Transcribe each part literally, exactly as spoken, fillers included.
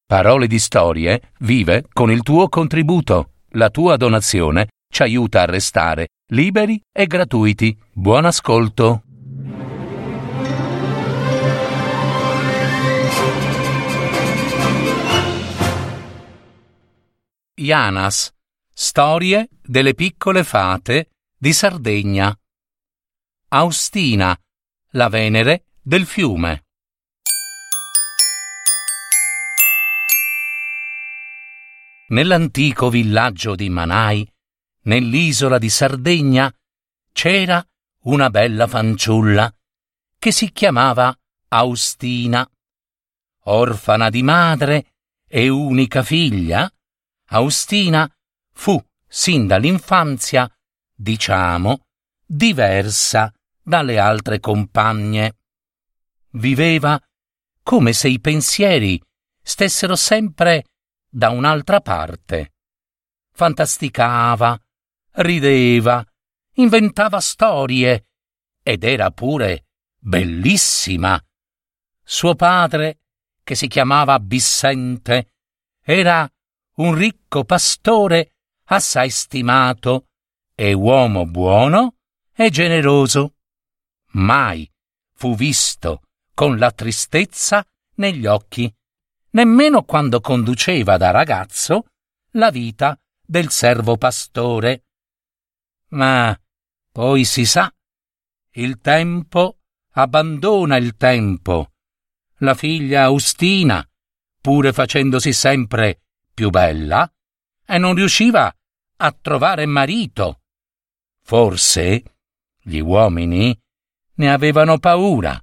Parole di Storie vive con il tuo contributo. La tua donazione ci aiuta a restare liberi e gratuiti. Buon ascolto. Janas, storie delle piccole fate di Sardegna. Austina, la Venere del fiume. Nell'antico villaggio di Manai, nell'isola di Sardegna, c'era una bella fanciulla che si chiamava Austina. Orfana di madre e unica figlia, Austina fu sin dall'infanzia, diciamo, diversa dalle altre compagne. Viveva come se i pensieri stessero sempre da un'altra parte. Fantasticava, rideva, inventava storie ed era pure bellissima. Suo padre, che si chiamava Bissente, era un ricco pastore assai stimato e uomo buono e generoso. Mai fu visto con la tristezza negli occhi, nemmeno quando conduceva da ragazzo la vita del servo pastore. Ma poi si sa, il tempo abbandona il tempo. La figlia Austina, pure facendosi sempre più bella, e non riusciva a trovare marito. Forse gli uomini ne avevano paura,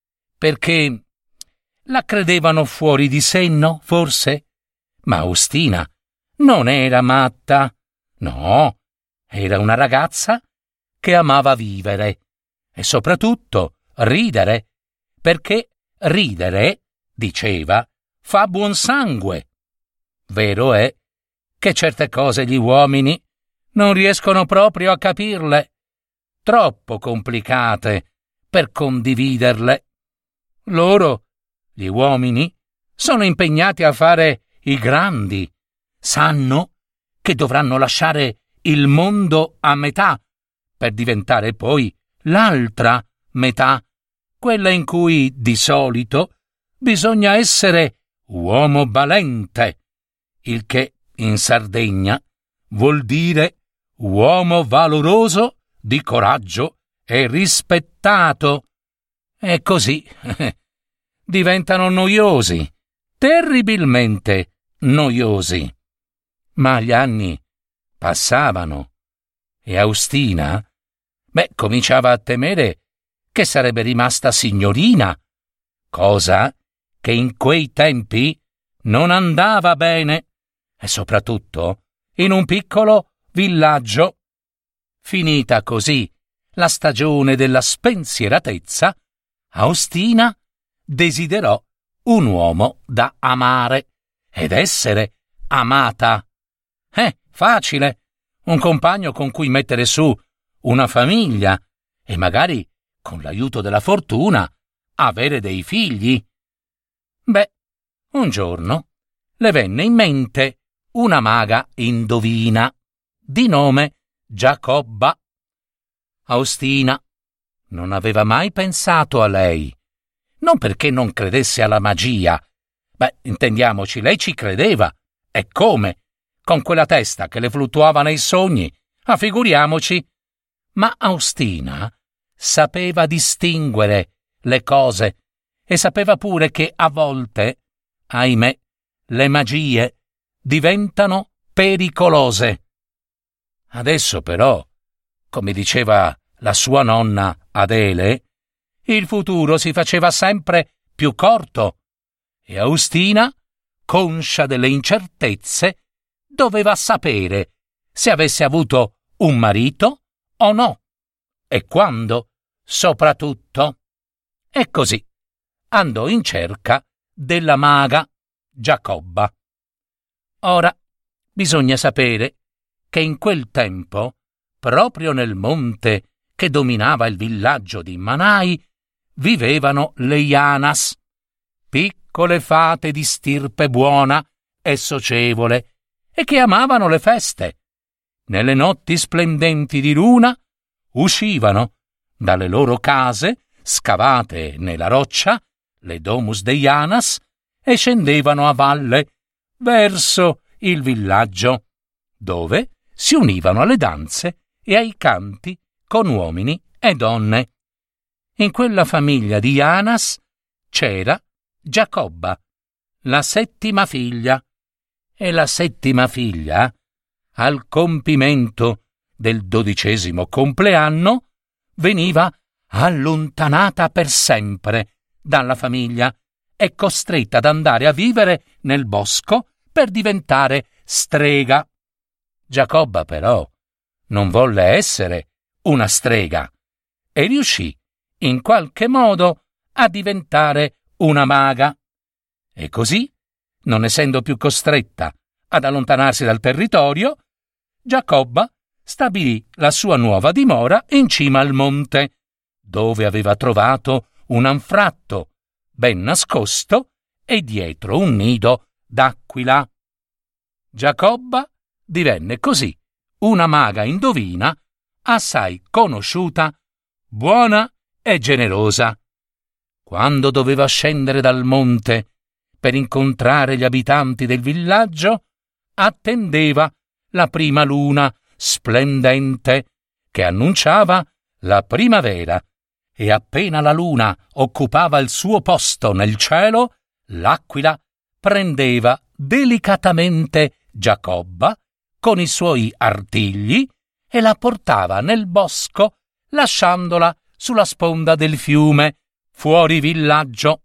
perché la credevano fuori di senno, forse? Ma Austina non era matta. No, era una ragazza che amava vivere e soprattutto ridere, perché ridere, diceva, fa buon sangue. Vero è che certe cose gli uomini non riescono proprio a capirle, troppo complicate per condividerle. Loro, gli uomini, sono impegnati a fare i grandi, sanno che dovranno lasciare il mondo a metà per diventare poi l'altra metà, quella in cui di solito bisogna essere uomo valente, il che in Sardegna vuol dire uomo valoroso, di coraggio e rispettato. E così diventano noiosi, terribilmente noiosi. Ma gli anni passavano e Austina, beh, cominciava a temere che sarebbe rimasta signorina, cosa che in quei tempi non andava bene, e soprattutto in un piccolo villaggio. Finita così la stagione della spensieratezza, Austina desiderò un uomo da amare ed essere amata. Eh, facile, un compagno con cui mettere su una famiglia e magari, con l'aiuto della fortuna, avere dei figli. Beh, un giorno le venne in mente una maga indovina, di nome Giacobba. Austina non aveva mai pensato a lei, non perché non credesse alla magia. Beh, intendiamoci, lei ci credeva. E come? Con quella testa che le fluttuava nei sogni. Ah, figuriamoci. Ma Austina sapeva distinguere le cose e sapeva pure che a volte, ahimè, le magie diventano pericolose. Adesso però, come diceva la sua nonna Adele, il futuro si faceva sempre più corto e Austina, conscia delle incertezze, doveva sapere se avesse avuto un marito o no, e quando, soprattutto. E così andò in cerca della maga Giacobba. Ora, bisogna sapere che in quel tempo, proprio nel monte che dominava il villaggio di Manai, vivevano le Janas, piccole piccole fate di stirpe buona e socievole e che amavano le feste. Nelle notti splendenti di luna uscivano dalle loro case scavate nella roccia, le domus deianas, e scendevano a valle verso il villaggio, dove si univano alle danze e ai canti con uomini e donne. In quella famiglia di Janas c'era Giacobba, la settima figlia, e la settima figlia, al compimento del dodicesimo compleanno, veniva allontanata per sempre dalla famiglia e costretta ad andare a vivere nel bosco per diventare strega. Giacobba però non volle essere una strega e riuscì in qualche modo a diventare una maga. E così, non essendo più costretta ad allontanarsi dal territorio, Giacobba stabilì la sua nuova dimora in cima al monte, dove aveva trovato un anfratto ben nascosto e dietro un nido d'aquila. Giacobba divenne così una maga indovina assai conosciuta, buona e generosa. Quando doveva scendere dal monte per incontrare gli abitanti del villaggio, attendeva la prima luna splendente che annunciava la primavera, e appena la luna occupava il suo posto nel cielo, l'aquila prendeva delicatamente Giacobba con i suoi artigli e la portava nel bosco, lasciandola sulla sponda del fiume, fuori villaggio.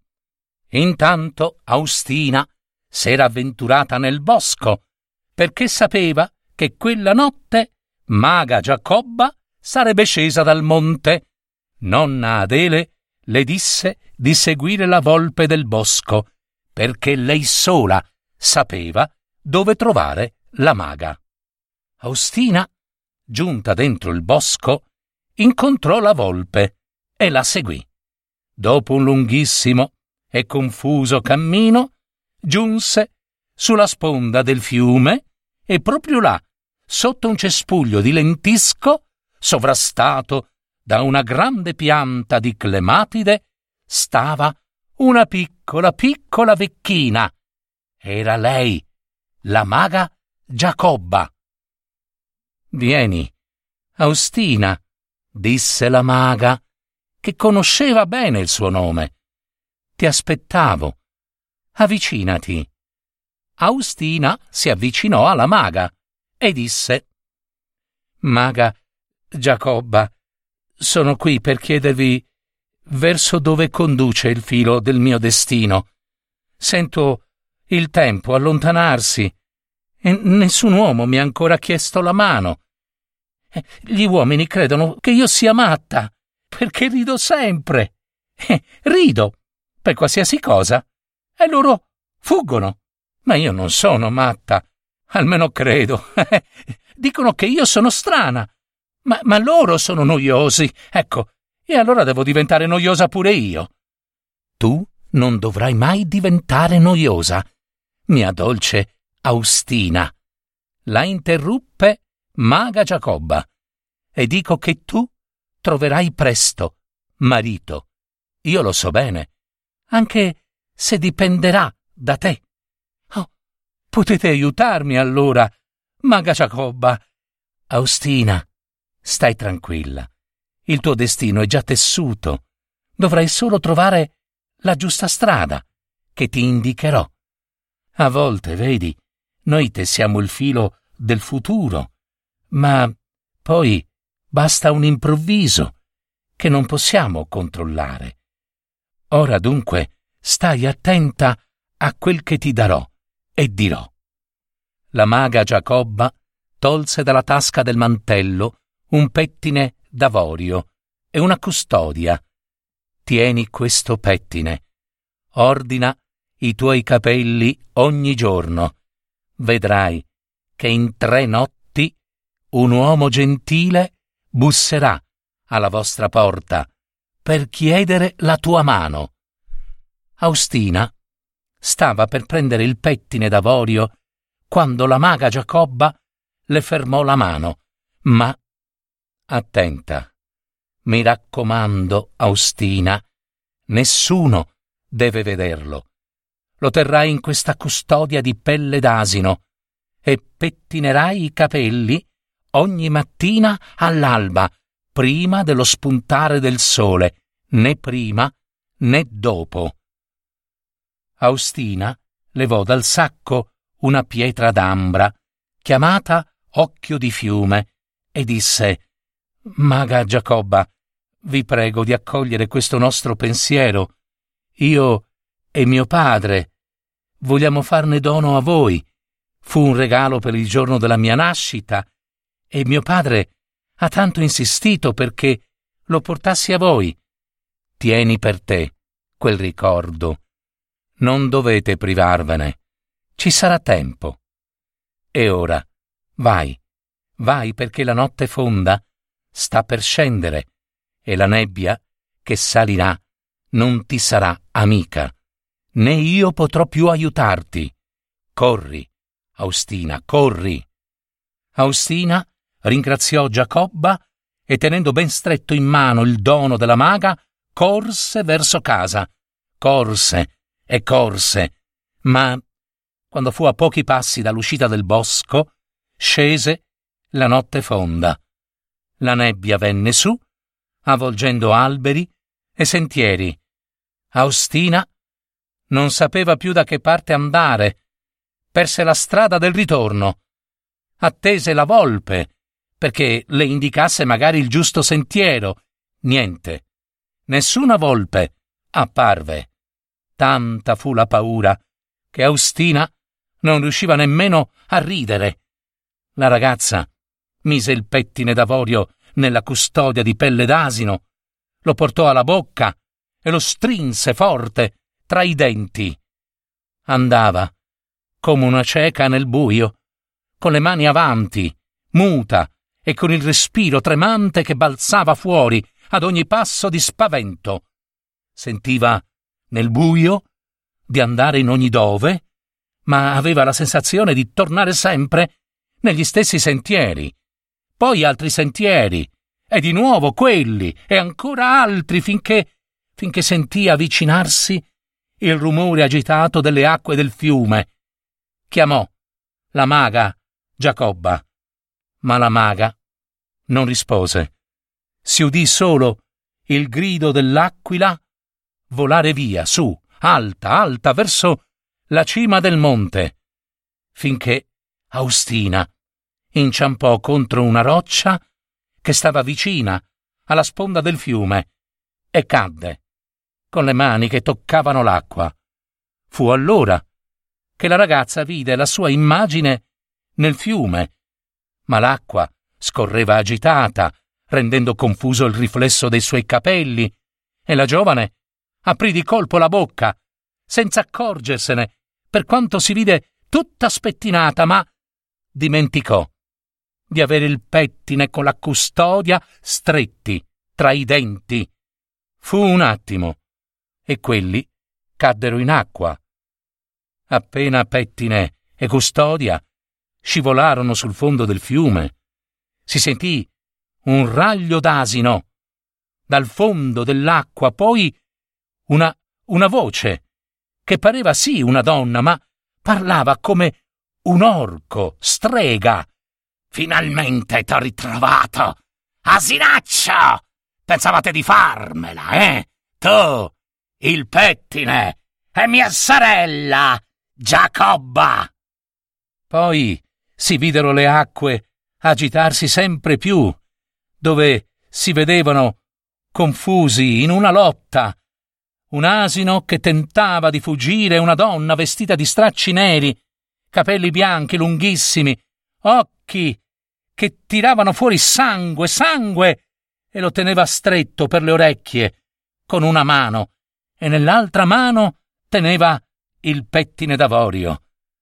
Intanto Austina s'era avventurata nel bosco, perché sapeva che quella notte maga Giacobba sarebbe scesa dal monte. Nonna Adele le disse di seguire la volpe del bosco, perché lei sola sapeva dove trovare la maga. Austina, giunta dentro il bosco, incontrò la volpe e la seguì. Dopo un lunghissimo e confuso cammino, giunse sulla sponda del fiume e proprio là, sotto un cespuglio di lentisco, sovrastato da una grande pianta di clematide, stava una piccola, piccola vecchina. Era lei, la maga Giacobba. «Vieni, Austina», disse la maga, che conosceva bene il suo nome. «Ti aspettavo. Avvicinati». Austina si avvicinò alla maga e disse: «Maga Giacobba, sono qui per chiedervi verso dove conduce il filo del mio destino. Sento il tempo allontanarsi e nessun uomo mi ha ancora chiesto la mano. Gli uomini credono che io sia matta, perché rido sempre. Eh, rido per qualsiasi cosa e loro fuggono. Ma io non sono matta, almeno credo. Dicono che io sono strana, ma, ma loro sono noiosi. Ecco, e allora devo diventare noiosa pure io». «Tu non dovrai mai diventare noiosa, mia dolce Austina», la interruppe maga Giacobba, «e dico che tu troverai presto marito. Io lo so bene, anche se dipenderà da te. Oh, potete aiutarmi allora, maga Giacobba». «Austina, stai tranquilla. Il tuo destino è già tessuto. Dovrai solo trovare la giusta strada, che ti indicherò. A volte, vedi, noi tessiamo il filo del futuro, ma poi basta un improvviso che non possiamo controllare. Ora dunque stai attenta a quel che ti darò e dirò». La maga Giacobba tolse dalla tasca del mantello un pettine d'avorio e una custodia. «Tieni questo pettine. Ordina i tuoi capelli ogni giorno. Vedrai che in tre notti un uomo gentile busserà alla vostra porta per chiedere la tua mano». Austina stava per prendere il pettine d'avorio quando la maga Giacobba le fermò la mano. Ma attenta, mi raccomando, Austina, nessuno deve vederlo. Lo terrai in questa custodia di pelle d'asino e pettinerai i capelli ogni mattina all'alba, prima dello spuntare del sole, né prima né dopo. Austina levò dal sacco una pietra d'ambra, chiamata Occhio di Fiume, e disse: «Maga Giacobba, vi prego di accogliere questo nostro pensiero. Io e mio padre vogliamo farne dono a voi. Fu un regalo per il giorno della mia nascita e mio padre ha tanto insistito perché lo portassi a voi. Tieni per te quel ricordo. Non dovete privarvene. Ci sarà tempo. E ora, vai, vai perché la notte fonda sta per scendere e la nebbia che salirà non ti sarà amica, né io potrò più aiutarti. Corri, Austina, corri!» Austina ringraziò Giacobba e, tenendo ben stretto in mano il dono della maga, corse verso casa. Corse e corse, ma quando fu a pochi passi dall'uscita del bosco, scese la notte fonda. La nebbia venne su, avvolgendo alberi e sentieri. Austina non sapeva più da che parte andare, perse la strada del ritorno. Attese la volpe perché le indicasse magari il giusto sentiero. Niente, nessuna volpe apparve. Tanta fu la paura che Austina non riusciva nemmeno a ridere. La ragazza mise il pettine d'avorio nella custodia di pelle d'asino, lo portò alla bocca e lo strinse forte tra i denti. Andava come una cieca nel buio, con le mani avanti, muta e con il respiro tremante che balzava fuori ad ogni passo di spavento. Sentiva nel buio di andare in ogni dove, ma aveva la sensazione di tornare sempre negli stessi sentieri, poi altri sentieri, e di nuovo quelli, e ancora altri, finché, finché sentì avvicinarsi il rumore agitato delle acque del fiume. Chiamò la maga Giacobba, ma la maga non rispose. Si udì solo il grido dell'aquila volare via, su, alta, alta, verso la cima del monte, finché Austina inciampò contro una roccia che stava vicina alla sponda del fiume e cadde, con le mani che toccavano l'acqua. Fu allora che la ragazza vide la sua immagine nel fiume, ma l'acqua scorreva agitata, rendendo confuso il riflesso dei suoi capelli, e la giovane aprì di colpo la bocca, senza accorgersene, per quanto si vide tutta spettinata, ma dimenticò di avere il pettine con la custodia stretti tra i denti. Fu un attimo, e quelli caddero in acqua. Appena pettine e custodia scivolarono sul fondo del fiume, si sentì un raglio d'asino. Dal fondo dell'acqua poi una, una voce, che pareva sì una donna, ma parlava come un orco, strega. «Finalmente t'ho ritrovato, asinaccio! Pensavate di farmela, eh? Tu, il pettine, e mia sorella, Giacobba!» Poi si videro le acque agitarsi sempre più, dove si vedevano confusi in una lotta un asino che tentava di fuggire, una donna vestita di stracci neri, capelli bianchi lunghissimi, occhi che tiravano fuori sangue, sangue, e lo teneva stretto per le orecchie con una mano, e nell'altra mano teneva il pettine d'avorio.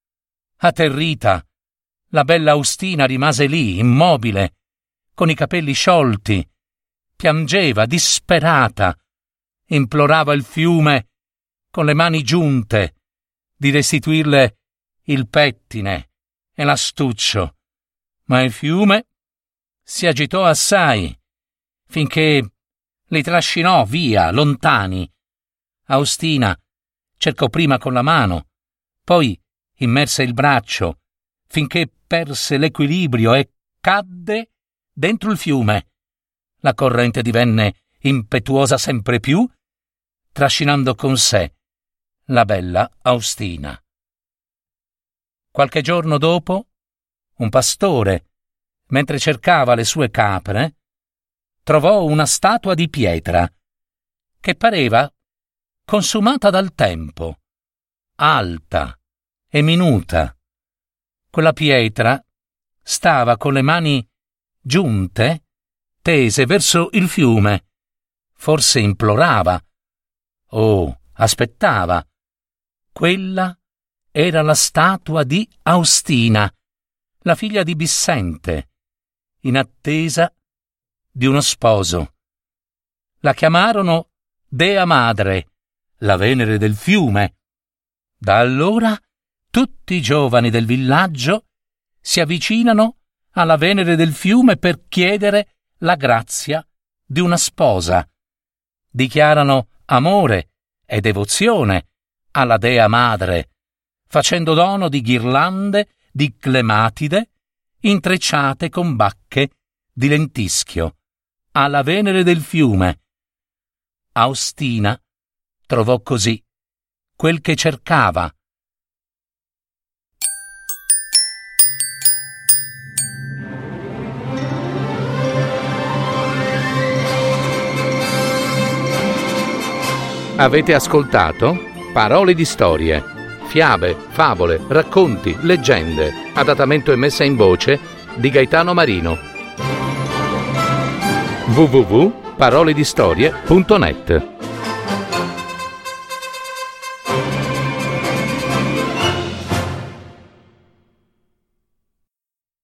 Atterrita, la bella Austina rimase lì, immobile, con i capelli sciolti, piangeva disperata, implorava il fiume con le mani giunte, di restituirle il pettine e l'astuccio, ma il fiume si agitò assai finché li trascinò via lontani. Austina cercò prima con la mano, poi immerse il braccio finché perse l'equilibrio e cadde dentro il fiume. La corrente divenne impetuosa sempre più, trascinando con sé la bella Austina. Qualche giorno dopo, un pastore, mentre cercava le sue capre, trovò una statua di pietra che pareva consumata dal tempo, alta e minuta. Quella pietra stava con le mani giunte, tese verso il fiume. Forse implorava o aspettava. Quella era la statua di Austina, la figlia di Bissente, in attesa di uno sposo. La chiamarono Dea Madre, la Venere del fiume. Da allora tutti i giovani del villaggio si avvicinano alla Venere del fiume per chiedere la grazia di una sposa. Dichiarano amore e devozione alla Dea Madre, facendo dono di ghirlande di clematide intrecciate con bacche di lentischio alla Venere del fiume. Austina trovò così quel che cercava. Avete ascoltato Parole di storie, fiabe, favole, racconti, leggende, adattamento e messa in voce di Gaetano Marino. w w w punto paroledistorie punto net